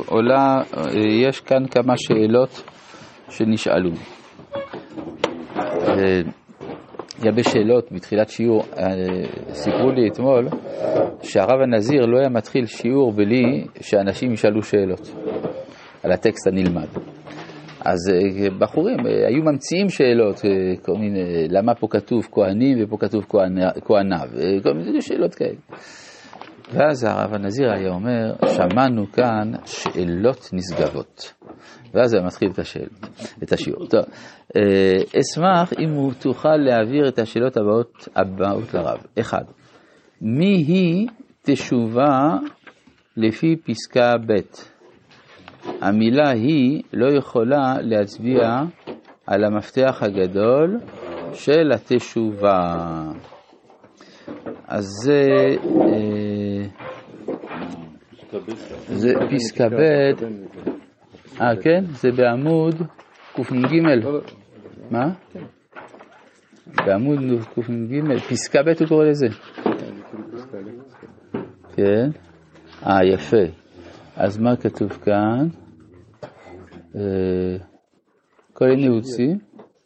יש כאן כמה שאלות שנשאלו. לגבי שאלות בתחילת שיעור, סיפרו לי אתמול שהרב הנזיר לא היה מתחיל שיעור בלי שאנשים ישאלו שאלות על הטקסט הנלמד. אז בחורים היו ממציאים שאלות, כל מיני, למה פה כתוב כהנים ופה כתוב כהניו, כל מיני שאלות כאלה. ואז הרב הנזיר היה אומר, שמענו כאן שאלות נשגבות. ואז היה מתחיל את השיעור. טוב, אשמח אם הוא תוכל להעביר את השאלות הבאות לרב. אחד, מי היא תשובה לפי פסקה ב'? המילה היא לא יכולה להצביע על המפתח הגדול של התשובה. אז זה פסקה ב'. כן? זה בעמוד קנ"ג. מה? בעמוד קנ"ג. פסקה ב' הוא קורא לזה. כן? יפה. אז מה כתוב כאן? כל אלה נעוצים?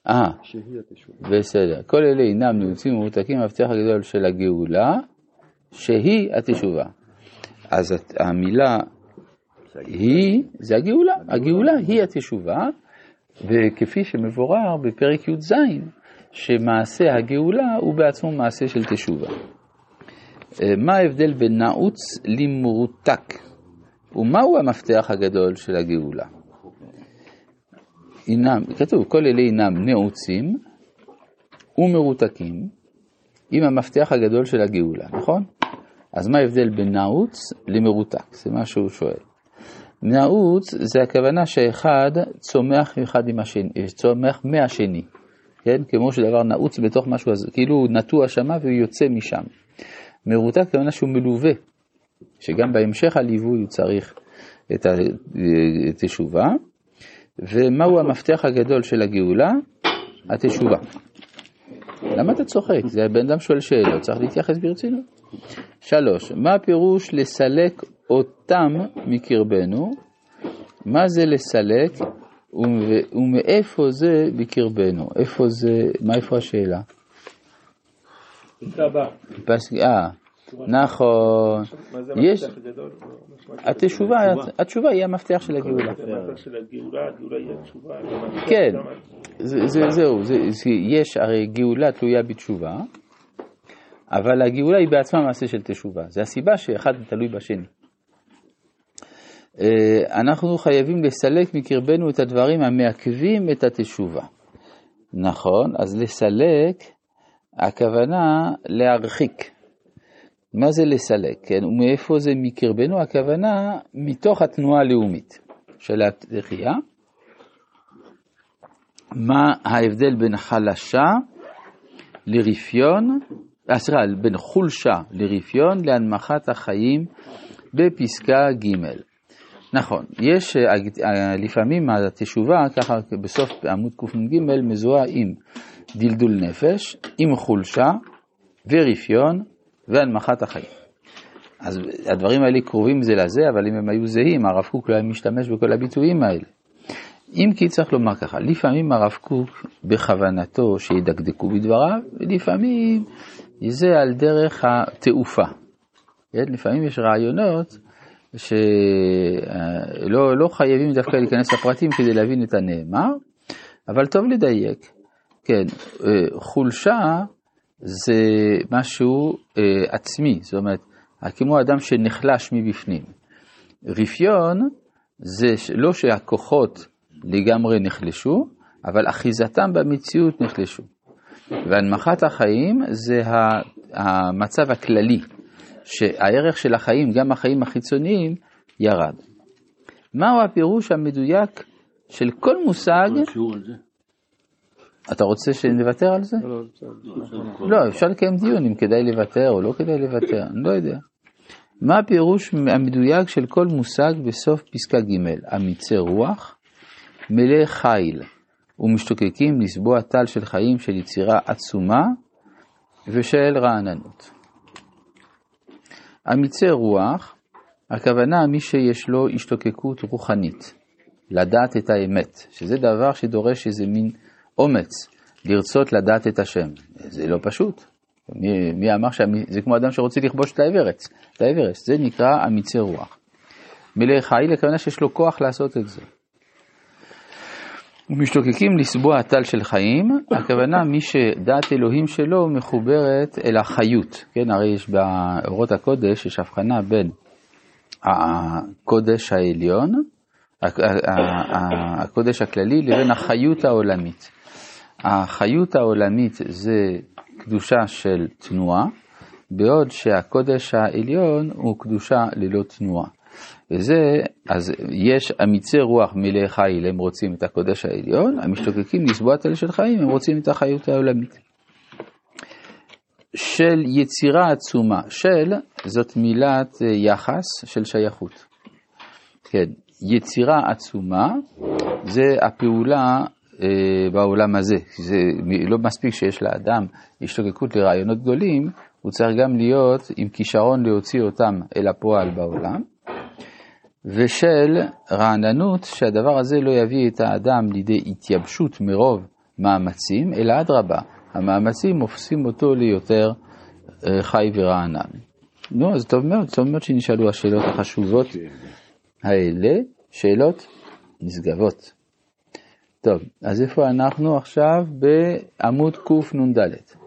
בסדר. כל אלה אינם נעוצים ומרותקים, המפתח הגדול של הגאולה, שהיא התשובה. אז המילה היא, זה הגאולה. הגאולה היא התשובה, וכפי שמבורר בפרק י"ז, שמעשה הגאולה הוא בעצמו מעשה של תשובה. מה ההבדל בין נעוץ למרותק? ומהו המפתח הגדול של הגאולה? כתוב, כל אלה אינם נעוצים ומרותקים עם המפתח הגדול של הגאולה, נכון? אז מה ההבדל בין נעוץ למרותק? זה מה שהוא שואל. נעוץ זה הכוונה שאחד צומח אחד עם השני, צומח מהשני, כן? כמו שדבר נעוץ בתוך משהו, כאילו הוא נטוע שמה והוא יוצא משם. מרותק כוונה שהוא מלווה, שגם בהמשך הליווי הוא צריך את התשובה. ומהו המפתח הגדול של הגאולה? התשובה. למה אתה צוחק? זה בן אדם שואל שאלות, צריך להתייחס ברצינות. 3. מה הפירוש לסלק אותם מקרבנו? מה זה לסלק ומאיפה זה בקרבנו? איפה זה, איפה השאלה? נכון. יש התשובה היא המפתח של הגאולה. כן, זהו, יש הרי גאולה תלויה בתשובה, אבל הגאולה היא בעצמה מעשה של תשובה. זה הסיבה שאחד תלוי בשני. אנחנו חייבים לסלק מקרבנו את הדברים המעכבים את התשובה. נכון, אז לסלק הכוונה להרחיק. מה זה לסלק? כן? ומאיפה זה מקרבנו? הכוונה מתוך התנועה הלאומית של התחייה. מה ההבדל בין חלשה לרפיון, בין חולשה לרפיון להנמכת החיים בפסקה ג'. נכון, יש לפעמים התשובה, ככה בסוף עמוד קנ"ג מזוהה עם דלדול נפש, עם חולשה ורפיון והנמכת החיים. אז הדברים האלה קרובים זה לזה, אבל אם הם היו זהים, הרב קוק לא היה משתמש בכל הביטויים האלה. אם כי צריך לומר ככה, לפעמים הרב קוק בכוונתו שידקדקו בדבריו, ולפעמים זה על דרך התעופה. לפעמים יש רעיונות שלא חייבים דווקא להיכנס לפרטים כדי להבין את הנאמר, אבל טוב לדייק. כן, חולשה זה משהו עצמי, זאת אומרת, כמו אדם שנחלש מבפנים. רפיון זה לא שהכוחות לגמרי נחלשו, אבל אחיזתם במציאות נחלשו. והנמכת החיים זה המצב הכללי, שהערך של החיים, גם החיים החיצוניים, ירד. מהו הפירוש המדויק של כל מושג? אתה רוצה שנוותר על זה? לא, אפשר לקיים דיון אם כדאי לוותר או לא כדאי לוותר, אני לא יודע. מה הפירוש המדויק של כל מושג בסוף פסקה ג'? אמיצי רוח, מלא חיל, ומשתוקקים לסבוע טל של חיים של יצירה עצומה ושל רעננות. אמיצי רוח הכוונה מי שיש לו השתוקקות רוחנית, לדעת את האמת, שזה דבר שדורש איזה מין אומץ, לרצות לדעת את השם. זה לא פשוט. מי אמר שזה כמו אדם שרוצה לכבוש את האברסט, זה נקרא אמיצי רוח. מלא חיל, הכוונה שיש לו כוח לעשות את זה. ומשתוקקים לסבוע הטל של חיים, הכוונה מי שדעת אלוהים שלו מחוברת אל החיות. כן, הרי יש באורות הקודש, יש הבחנה בין הקודש העליון, הקודש הכללי, לבין החיות העולמית. החיות העולמית זה קדושה של תנועה, בעוד שהקודש העליון הוא קדושה ללא תנועה. וזה, אז יש אמיצי רוח מלאי חיל, הם רוצים את הקודש העליון, המשתוקקים לסבוע הטל של חיים, הם רוצים את החיות העולמית. של יצירה עצומה, של זאת מילת יחס של שייכות. כן, יצירה עצומה זה הפעולה בעולם הזה. זה לא מספיק שיש לאדם השתוקקות לרעיונות גדולים, הוא צריך גם להיות עם כישרון להוציא אותם אל הפועל בעולם. ושל רעננות, שהדבר הזה לא יביא את האדם לידי התייבשות מרוב מאמצים, אלא אדרבה, המאמצים מופסים אותו ליותר חי ורענן. נו, אז טוב מאוד שנשאלו השאלות החשובות האלה, שאלות נשגבות. טוב, אז איפה אנחנו עכשיו? בעמוד קנ"ד.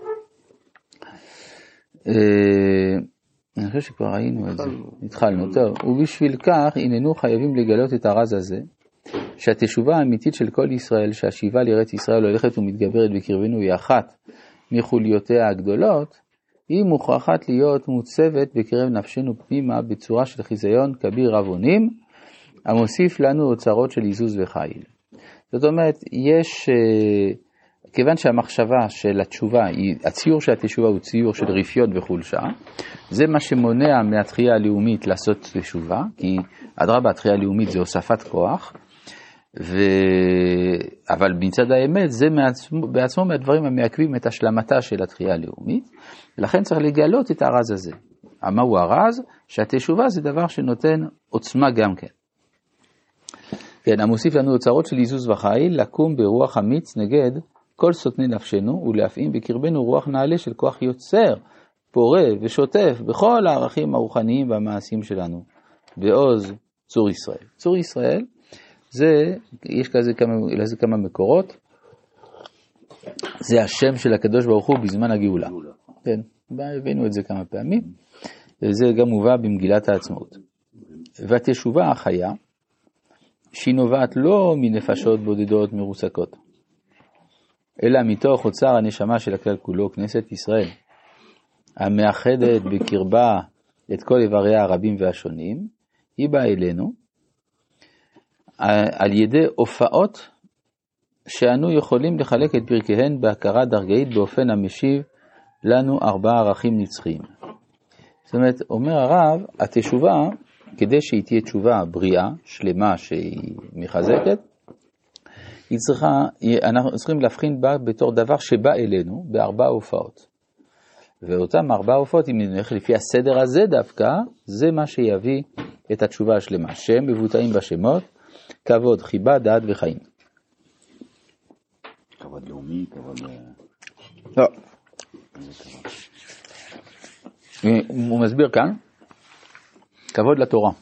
אני חושב שכבר ראינו את זה, התחלנו, טוב, ובשביל כך הננו חייבים לגלות את הרז הזה, שהתשובה האמיתית של כל ישראל, שהשיבה לארץ ישראל הולכת ומתגברת בקרבנו היא אחת מחוליותיה הגדולות, היא מוכרחת להיות מוצבת בקרב נפשנו פנימה בצורה של חיזיון כביר רב אונים, המוסיף לנו אוצרות של איזוז וחיל. זאת אומרת, יש, כיוון שהמחשבה של התשובה, הציור של התשובה הוא ציור של רפיון וחולשה, זה מה שמונע מהתחייה הלאומית לעשות תשובה, כי אדרבה, התחייה הלאומית זה הוספת כוח, אבל מצד האמת זה בעצמו מהדברים המעכבים את השלמתה של התחייה הלאומית, ולכן צריך לגלות את הרז הזה. מהו הרז? שהתשובה זה דבר שנותן עוצמה גם כן. כן, המוסיף לנו אוצרות של איזוז וחיל, לקום ברוח אמיץ נגד כל סותני נפשנו, ולהפעים בקרבנו רוח נעלה של כוח יוצר, פורה ושוטף בכל הערכים הרוחניים והמעשיים שלנו, בעוז צור ישראל. צור ישראל, יש לזה כמה מקורות, זה השם של הקדוש ברוך הוא בזמן הגאולה. כן, הבאנו את זה כמה פעמים, וזה גם מובא במגילת העצמאות. והתשובה החיה, שהיא נובעת לא מנפשות בודדות מרוסקות, אלא מתוך אוצר הנשמה של הכלל כולו, כנסת ישראל, המאחדת בקרבה את כל איבריה הרבים והשונים, היא באה אלינו, על ידי הופעות שאנו יכולים לחלק את פרקיהן בהכרה דרגאית באופן המשיב לנו 4 ערכים נצחיים. זאת אומרת, אומר הרב, התשובה, כדי שהיא תהיה תשובה בריאה, שלמה, שהיא מחזקת, אנחנו צריכים להבחין בה בתור דבר שבא אלינו ב4 הופעות. ואותם 4 הופעות, אם נלך לפי הסדר הזה דווקא, זה מה שיביא את התשובה השלמה. שהם מבוטאים בשמות, כבוד, חיבה, דעת וחיים. כבוד לאומי, כבוד... לא. הוא מסביר כאן, כבוד לתורה.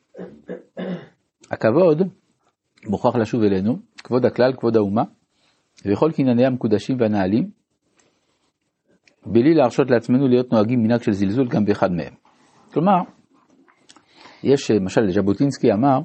הכבוד מוכרח לשוב אלינו, כבוד הכלל, כבוד האומה, וכל קנייניה המקודשים והנעלים, בלי להרשות לעצמנו להיות נוהגים מנהג של זלזול גם באחד מהם. כלומר, יש, למשל, ז'בוטינסקי אמר,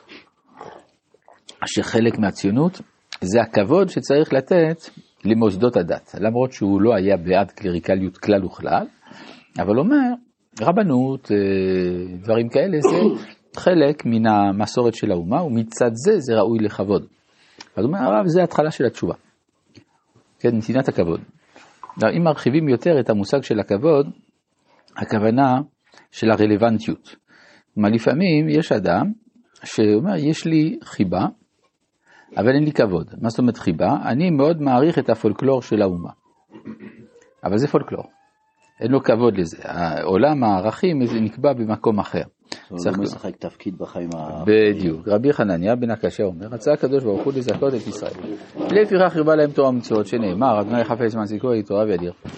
שחלק מהציונות זה הכבוד שצריך לתת למוסדות הדת, למרות שהוא לא היה בעד קלריקליות כלל וכלל, אבל אומר, רבנות, דברים כאלה, זה חלק מן המסורת של האומה, ומצד זה ראוי לכבוד. אז אומר הרב, זה התחלה של התשובה. כן, נתינת הכבוד. אם מרחיבים יותר את המושג של הכבוד, הכוונה של הרלוונטיות. מה לפעמים יש אדם שאומר, יש לי חיבה, אבל אין לי כבוד. מה זאת אומרת חיבה? אני מאוד מעריך את הפולקלור של האומה. אבל זה פולקלור. אין לו כבוד לזה. העולם הערכים נקבע במקום אחר. הוא לא משחק תפקיד בחיים בדיוק. רבי חנניה בן הקשה אומר, רצה הקדוש ברוך הוא לזכות את ישראל. לפיכך הרבה להם תורה ומצוות שנאמר, אדוני חפץ מעשי כל תורה וידיר.